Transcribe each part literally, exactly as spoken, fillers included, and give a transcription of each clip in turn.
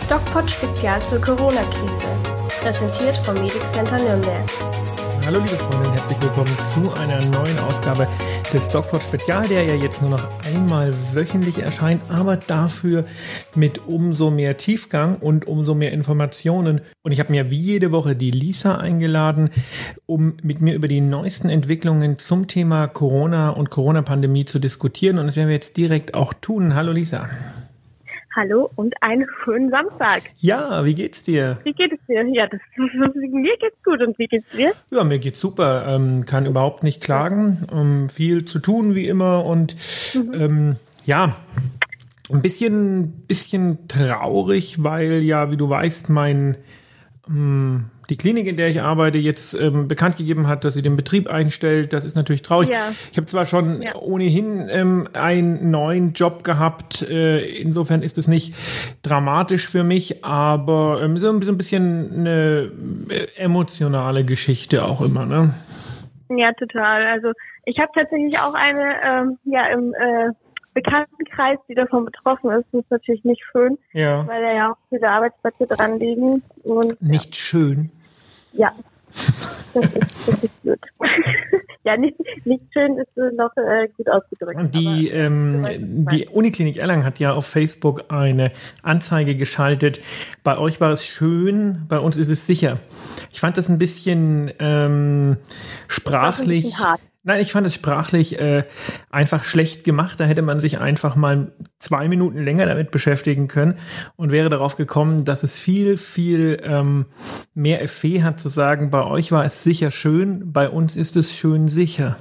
DocPod Spezial zur Corona-Krise. Präsentiert vom Medic Center Nürnberg. Hallo liebe Freunde und herzlich willkommen zu einer neuen Ausgabe des DocPod Spezial, der ja jetzt nur noch einmal wöchentlich erscheint, aber dafür mit umso mehr Tiefgang und umso mehr Informationen. Und ich habe mir wie jede Woche die Lisa eingeladen, um mit mir über die neuesten Entwicklungen zum Thema Corona und Corona-Pandemie zu diskutieren. Und das werden wir jetzt direkt auch tun. Hallo Lisa. Hallo und einen schönen Samstag. Ja, wie geht's dir? Wie geht es dir? Ja, das, mir geht's gut. Und wie geht's dir? Ja, mir geht's super. Ähm, kann überhaupt nicht klagen. Ähm, viel zu tun wie immer und mhm. ähm, ja, ein bisschen, bisschen traurig, weil ja, wie du weißt, mein ähm, die Klinik, in der ich arbeite, jetzt ähm, bekannt gegeben hat, dass sie den Betrieb einstellt. Das ist natürlich traurig. Ja. Ich habe zwar schon ja. ohnehin ähm, einen neuen Job gehabt. Äh, insofern ist es nicht dramatisch für mich, aber ähm, so ein bisschen eine äh, emotionale Geschichte auch immer, ne? Ja, total. Also ich habe tatsächlich auch eine ähm, ja im äh, Bekanntenkreis, die davon betroffen ist. Das ist natürlich nicht schön, ja. weil da ja auch viele Arbeitsplätze dran liegen. Und, nicht ja. schön? Ja, das ist, das ist blöd. Ja, nicht, nicht schön ist noch äh, gut ausgedrückt. Die, aber, ähm, die Uniklinik Erlangen hat ja auf Facebook eine Anzeige geschaltet. Bei euch war es schön, bei uns ist es sicher. Ich fand das ein bisschen ähm, sprachlich. Das ist ein bisschen hart. Nein, ich fand es sprachlich äh, einfach schlecht gemacht. Da hätte man sich einfach mal zwei Minuten länger damit beschäftigen können und wäre darauf gekommen, dass es viel, viel ähm, mehr Effet hat zu sagen, bei euch war es sicher schön, bei uns ist es schön sicher.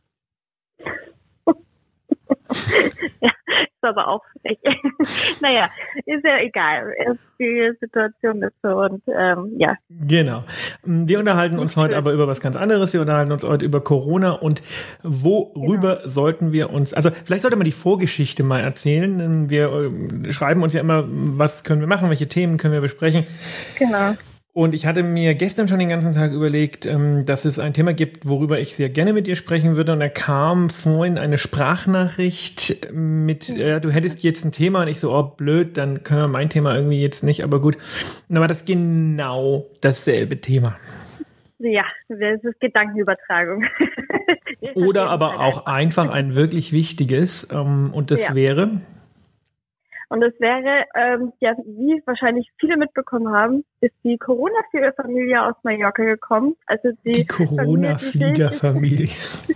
Ja, ist aber auch frech. Naja, ist ja egal. Die Situation ist so und ähm, ja. Genau. Wir unterhalten uns heute aber über was ganz anderes. Wir unterhalten uns heute über Corona und worüber genau. sollten wir uns, also vielleicht sollte man die Vorgeschichte mal erzählen. Wir schreiben uns ja immer, was können wir machen, welche Themen können wir besprechen. Genau. Und ich hatte mir gestern schon den ganzen Tag überlegt, dass es ein Thema gibt, worüber ich sehr gerne mit dir sprechen würde. Und da kam vorhin eine Sprachnachricht mit, ja, du hättest jetzt ein Thema. Und ich so, oh blöd, dann können wir mein Thema irgendwie jetzt nicht, aber gut. Und dann war das genau dasselbe Thema. Ja, das ist Gedankenübertragung. Oder aber auch einfach ein wirklich wichtiges. Und das ja. wäre... Und das wäre, ähm, ja, wie wahrscheinlich viele mitbekommen haben, ist die Corona-Fliegerfamilie aus Mallorca gekommen. Also die, die Corona-Fliegerfamilie.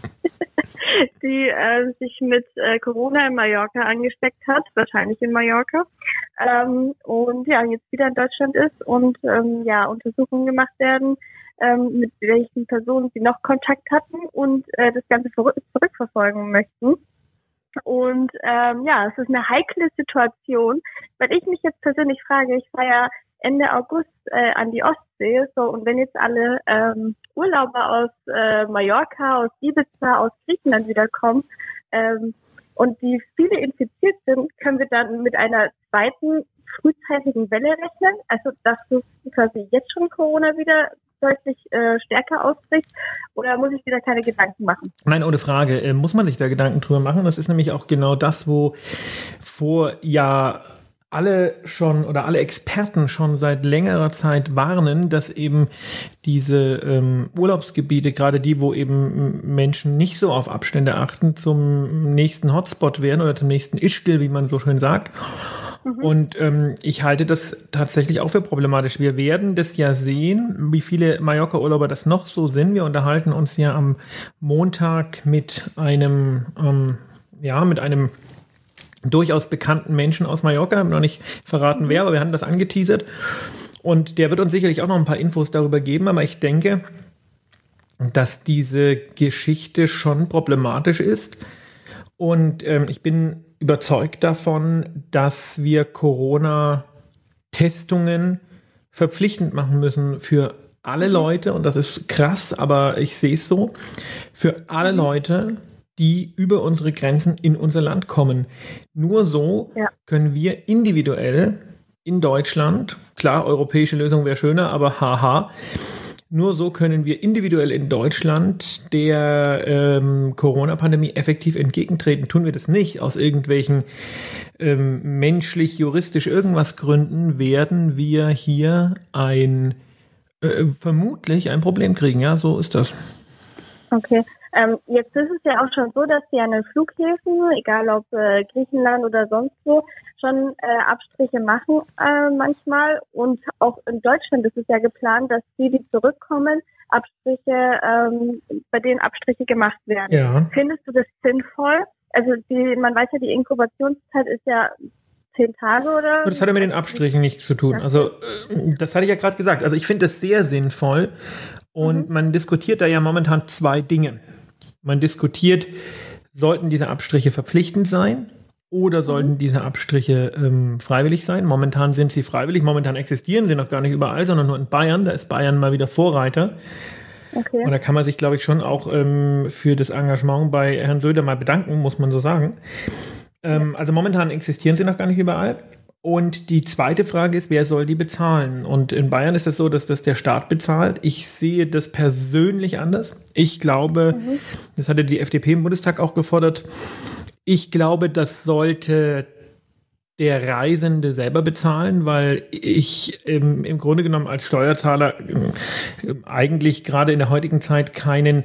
Die äh, sich mit äh, Corona in Mallorca angesteckt hat, wahrscheinlich in Mallorca. Ähm, und ja, jetzt wieder in Deutschland ist und ähm, ja, Untersuchungen gemacht werden, ähm, mit welchen Personen sie noch Kontakt hatten und äh, das Ganze zurück, zurückverfolgen möchten. Und ähm, ja, es ist eine heikle Situation, weil ich mich jetzt persönlich frage, ich fahre ja Ende August äh, an die Ostsee, so und wenn jetzt alle ähm, Urlauber aus äh, Mallorca, aus Ibiza, aus Griechenland wiederkommen ähm, und die viele infiziert sind, können wir dann mit einer zweiten frühzeitigen Welle rechnen, also dass du quasi jetzt schon Corona wieder deutlich äh, stärker ausbricht, oder muss ich wieder keine Gedanken machen? Nein, ohne Frage. Äh, muss man sich da Gedanken drüber machen? Das ist nämlich auch genau das, wo vor ja alle schon oder alle Experten schon seit längerer Zeit warnen, dass eben diese ähm, Urlaubsgebiete, gerade die, wo eben Menschen nicht so auf Abstände achten, zum nächsten Hotspot werden oder zum nächsten Ischgl, wie man so schön sagt. Und ähm, ich halte das tatsächlich auch für problematisch. Wir werden das ja sehen, wie viele Mallorca-Urlauber das noch so sind. Wir unterhalten uns ja am Montag mit einem, ähm, ja, mit einem durchaus bekannten Menschen aus Mallorca. Ich habe noch nicht verraten, mhm. wer, aber wir hatten das angeteasert. Und der wird uns sicherlich auch noch ein paar Infos darüber geben. Aber ich denke, dass diese Geschichte schon problematisch ist. Und ähm, ich bin überzeugt davon, dass wir Corona-Testungen verpflichtend machen müssen für alle Leute, und das ist krass, aber ich sehe es so, für alle Leute, die über unsere Grenzen in unser Land kommen. Nur so ja. können wir individuell in Deutschland, klar, europäische Lösung wäre schöner, aber haha, Nur so können wir individuell in Deutschland der ähm, Corona-Pandemie effektiv entgegentreten. Tun wir das nicht aus irgendwelchen ähm, menschlich, juristisch irgendwas Gründen, werden wir hier ein äh, vermutlich ein Problem kriegen. Ja, so ist das. Okay. Ähm, jetzt ist es ja auch schon so, dass die an den Flughäfen, egal ob äh, Griechenland oder sonst wo, schon äh, Abstriche machen äh, manchmal. Und auch in Deutschland ist es ja geplant, dass die, die zurückkommen, Abstriche, ähm, bei denen Abstriche gemacht werden. Ja. Findest du das sinnvoll? Also die, man weiß ja, die Inkubationszeit ist ja zehn Tage oder? Das hat ja mit den Abstrichen nichts zu tun. Also das hatte ich ja gerade gesagt. Also ich finde das sehr sinnvoll. Und mhm. man diskutiert da ja momentan zwei Dinge. Man diskutiert, sollten diese Abstriche verpflichtend sein oder sollten mhm. diese Abstriche ähm, freiwillig sein? Momentan sind sie freiwillig, momentan existieren sie noch gar nicht überall, sondern nur in Bayern. Da ist Bayern mal wieder Vorreiter. Okay. Und da kann man sich, glaube ich, schon auch ähm, für das Engagement bei Herrn Söder mal bedanken, muss man so sagen. Ähm, also momentan existieren sie noch gar nicht überall. Und die zweite Frage ist, wer soll die bezahlen? Und in Bayern ist es so, dass das der Staat bezahlt. Ich sehe das persönlich anders. Ich glaube, mhm. das hatte die F D P im Bundestag auch gefordert, ich glaube, das sollte der Reisende selber bezahlen, weil ich ähm, im Grunde genommen als Steuerzahler äh, eigentlich gerade in der heutigen Zeit keinen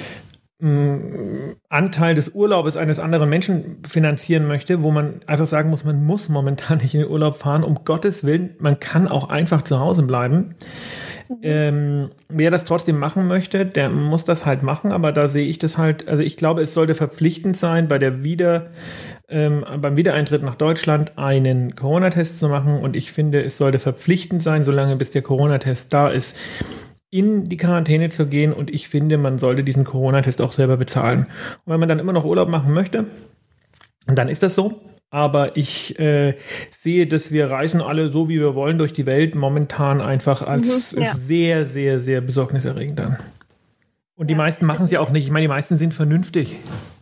Anteil des Urlaubes eines anderen Menschen finanzieren möchte, wo man einfach sagen muss, man muss momentan nicht in den Urlaub fahren, um Gottes Willen, man kann auch einfach zu Hause bleiben. Mhm. Ähm, wer das trotzdem machen möchte, der muss das halt machen, aber da sehe ich das halt, also ich glaube, es sollte verpflichtend sein, bei der Wieder, ähm, beim Wiedereintritt nach Deutschland einen Corona-Test zu machen, und ich finde, es sollte verpflichtend sein, solange bis der Corona-Test da ist, in die Quarantäne zu gehen, und ich finde, man sollte diesen Corona-Test auch selber bezahlen. Und wenn man dann immer noch Urlaub machen möchte, dann ist das so. Aber ich äh, sehe, dass wir reisen alle so, wie wir wollen, durch die Welt momentan einfach als mhm, ja. sehr, sehr, sehr besorgniserregend an. Und die ja. meisten machen es ja auch nicht. Ich meine, die meisten sind vernünftig.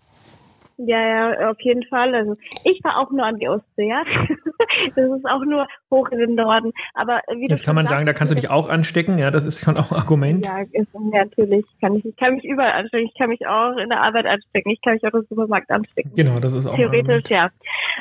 Ja, ja, auf jeden Fall. Also ich war auch nur an die Ostsee, ja. Das ist auch nur hoch in den Norden. Aber wie Jetzt kann man sagst, sagen, da kannst du dich auch anstecken, ja, das ist schon auch ein Argument. Ja, ist, ja, natürlich kann ich. Ich kann mich überall anstecken. Ich kann mich auch in der Arbeit anstecken. Ich kann mich auch im Supermarkt anstecken. Genau, das ist auch theoretisch, ja.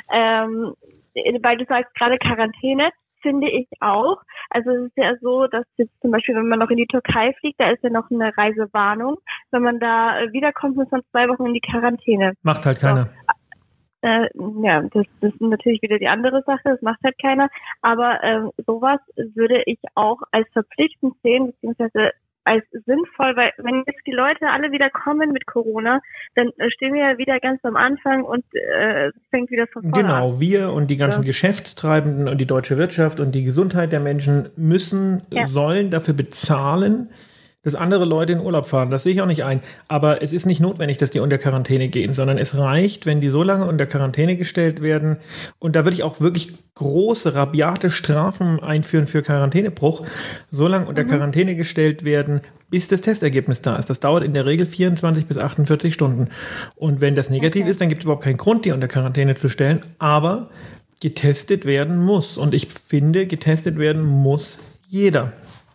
Ähm, weil du sagst gerade Quarantäne, finde ich auch. Also es ist ja so, dass jetzt zum Beispiel, wenn man noch in die Türkei fliegt, da ist ja noch eine Reisewarnung. Wenn man da wiederkommt, muss man zwei Wochen in die Quarantäne. Macht halt keiner. So. Äh, ja, das, das ist natürlich wieder die andere Sache, das macht halt keiner. Aber äh, sowas würde ich auch als verpflichtend sehen, beziehungsweise als sinnvoll, weil wenn jetzt die Leute alle wieder kommen mit Corona, dann stehen wir ja wieder ganz am Anfang und äh, es fängt wieder von vorne an. Genau, wir und die ganzen ja. Geschäftstreibenden und die deutsche Wirtschaft und die Gesundheit der Menschen müssen, ja. sollen dafür bezahlen, dass andere Leute in Urlaub fahren. Das sehe ich auch nicht ein. Aber es ist nicht notwendig, dass die unter Quarantäne gehen, sondern es reicht, wenn die so lange unter Quarantäne gestellt werden. Und da würde ich auch wirklich große, rabiate Strafen einführen für Quarantänebruch, so lange unter mhm. Quarantäne gestellt werden, bis das Testergebnis da ist. Das dauert in der Regel vierundzwanzig bis achtundvierzig Stunden. Und wenn das negativ okay. ist, dann gibt es überhaupt keinen Grund, die unter Quarantäne zu stellen. Aber getestet werden muss. Und ich finde, getestet werden muss jeder.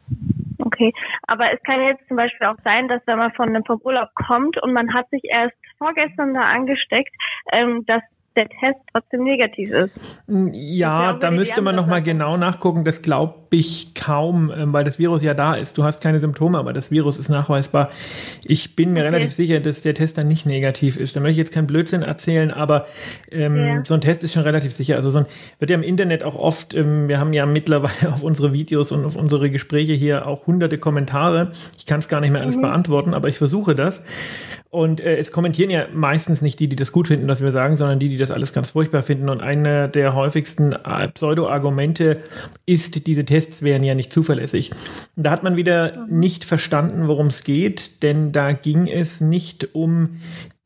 Okay, aber es kann jetzt zum Beispiel auch sein, dass wenn man von einem vom Urlaub kommt und man hat sich erst vorgestern da angesteckt, ähm, dass der Test trotzdem negativ ist. Ja, ist ja da müsste man nochmal genau nachgucken. Das glaube ich kaum, weil das Virus ja da ist. Du hast keine Symptome, aber das Virus ist nachweisbar. Ich bin mir okay. relativ sicher, dass der Test dann nicht negativ ist. Da möchte ich jetzt keinen Blödsinn erzählen, aber ähm, ja. so ein Test ist schon relativ sicher. Also so ein, wird ja im Internet auch oft, ähm, wir haben ja mittlerweile auf unsere Videos und auf unsere Gespräche hier auch hunderte Kommentare. Ich kann es gar nicht mehr alles mhm. beantworten, aber ich versuche das. Und äh, es kommentieren ja meistens nicht die, die das gut finden, was wir sagen, sondern die, die das alles ganz furchtbar finden. Und einer der häufigsten äh, Pseudo-Argumente ist, diese Tests wären ja nicht zuverlässig. Da hat man wieder nicht verstanden, worum es geht, denn da ging es nicht um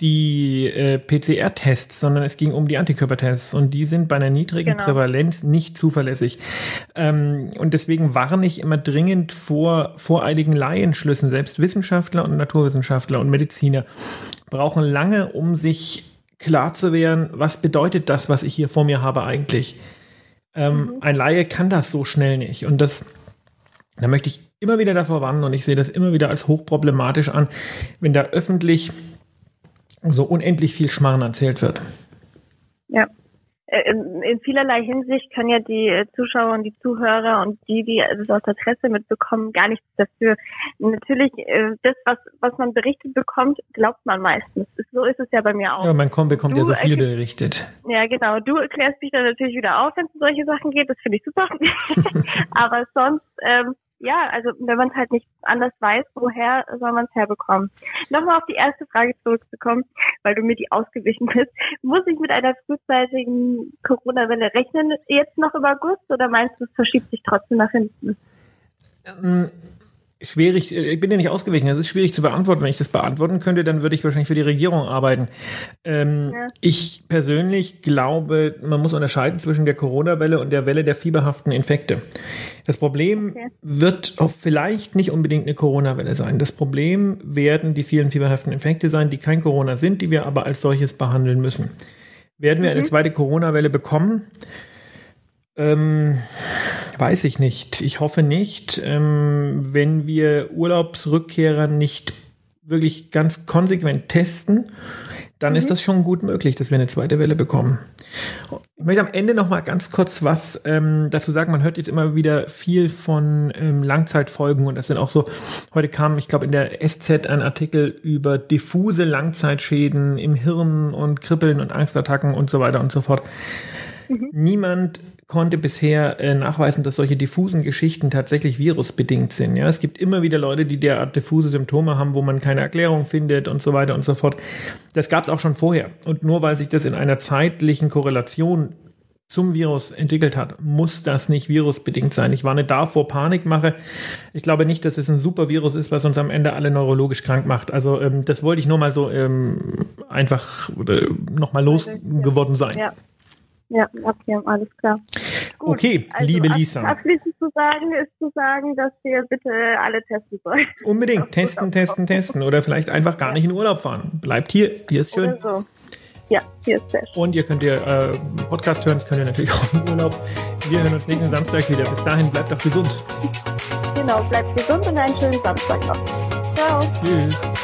die äh, P C R-Tests, sondern es ging um die Antikörpertests, und die sind bei einer niedrigen genau. Prävalenz nicht zuverlässig. Ähm, und deswegen warne ich immer dringend vor voreiligen Laienschlüssen. Selbst Wissenschaftler und Naturwissenschaftler und Mediziner brauchen lange, um sich klar zu werden, was bedeutet das, was ich hier vor mir habe eigentlich. Ähm, mhm. Ein Laie kann das so schnell nicht. Und das, da möchte ich immer wieder davor warnen und ich sehe das immer wieder als hochproblematisch an, wenn da öffentlich so unendlich viel Schmarrn erzählt wird. Ja. In, in vielerlei Hinsicht können ja die Zuschauer und die Zuhörer und die, die es aus der Presse mitbekommen, gar nichts dafür. Natürlich, das, was was man berichtet bekommt, glaubt man meistens. So ist es ja bei mir auch. Ja, man kommt, bekommt du, ja so viel berichtet. Ja, genau. Du erklärst dich dann natürlich wieder auf, wenn es um solche Sachen geht. Das finde ich super. Aber sonst, ähm, ja, also wenn man es halt nicht anders weiß, woher soll man es herbekommen? Nochmal auf die erste Frage zurückzukommen, weil du mir die ausgewichen bist. Muss ich mit einer frühzeitigen Corona-Welle rechnen jetzt noch im August oder meinst du, es verschiebt sich trotzdem nach hinten? Ähm, schwierig, ich bin ja nicht ausgewichen, das ist schwierig zu beantworten. Wenn ich das beantworten könnte, dann würde ich wahrscheinlich für die Regierung arbeiten. Ähm, ja. Ich persönlich glaube, man muss unterscheiden zwischen der Corona-Welle und der Welle der fieberhaften Infekte. Das Problem okay. wird auch vielleicht nicht unbedingt eine Corona-Welle sein. Das Problem werden die vielen fieberhaften Infekte sein, die kein Corona sind, die wir aber als solches behandeln müssen. Werden wir mhm. eine zweite Corona-Welle bekommen? Ähm, weiß ich nicht. Ich hoffe nicht. Ähm, wenn wir Urlaubsrückkehrer nicht wirklich ganz konsequent testen, dann mhm. ist das schon gut möglich, dass wir eine zweite Welle bekommen. Ich möchte am Ende noch mal ganz kurz was ähm, dazu sagen. Man hört jetzt immer wieder viel von ähm, Langzeitfolgen und das sind auch so, heute kam, ich glaube, in der S Z ein Artikel über diffuse Langzeitschäden im Hirn und Kribbeln und Angstattacken und so weiter und so fort. Mhm. Niemand konnte bisher äh, nachweisen, dass solche diffusen Geschichten tatsächlich virusbedingt sind. Ja, es gibt immer wieder Leute, die derart diffuse Symptome haben, wo man keine Erklärung findet und so weiter und so fort. Das gab es auch schon vorher. Und nur weil sich das in einer zeitlichen Korrelation zum Virus entwickelt hat, muss das nicht virusbedingt sein. Ich warne davor Panikmache. Ich glaube nicht, dass es ein super Virus ist, was uns am Ende alle neurologisch krank macht. Also ähm, das wollte ich nur mal so ähm, einfach äh, nochmal losgeworden sein. Ja. Ja, okay, alles klar. Gut, okay, also liebe Lisa. Abschließend zu sagen ist zu sagen, dass wir bitte alle testen sollen. Unbedingt, testen, testen, testen. Oder vielleicht einfach gar nicht in Urlaub fahren. Bleibt hier, hier ist schön. Oder so. Ja, hier ist sehr schön. Und ihr könnt ihr äh, Podcast hören, das könnt ihr natürlich auch im Urlaub. Wir hören uns nächsten Samstag wieder. Bis dahin, bleibt doch gesund. Genau, bleibt gesund und einen schönen Samstag noch. Ciao. Tschüss.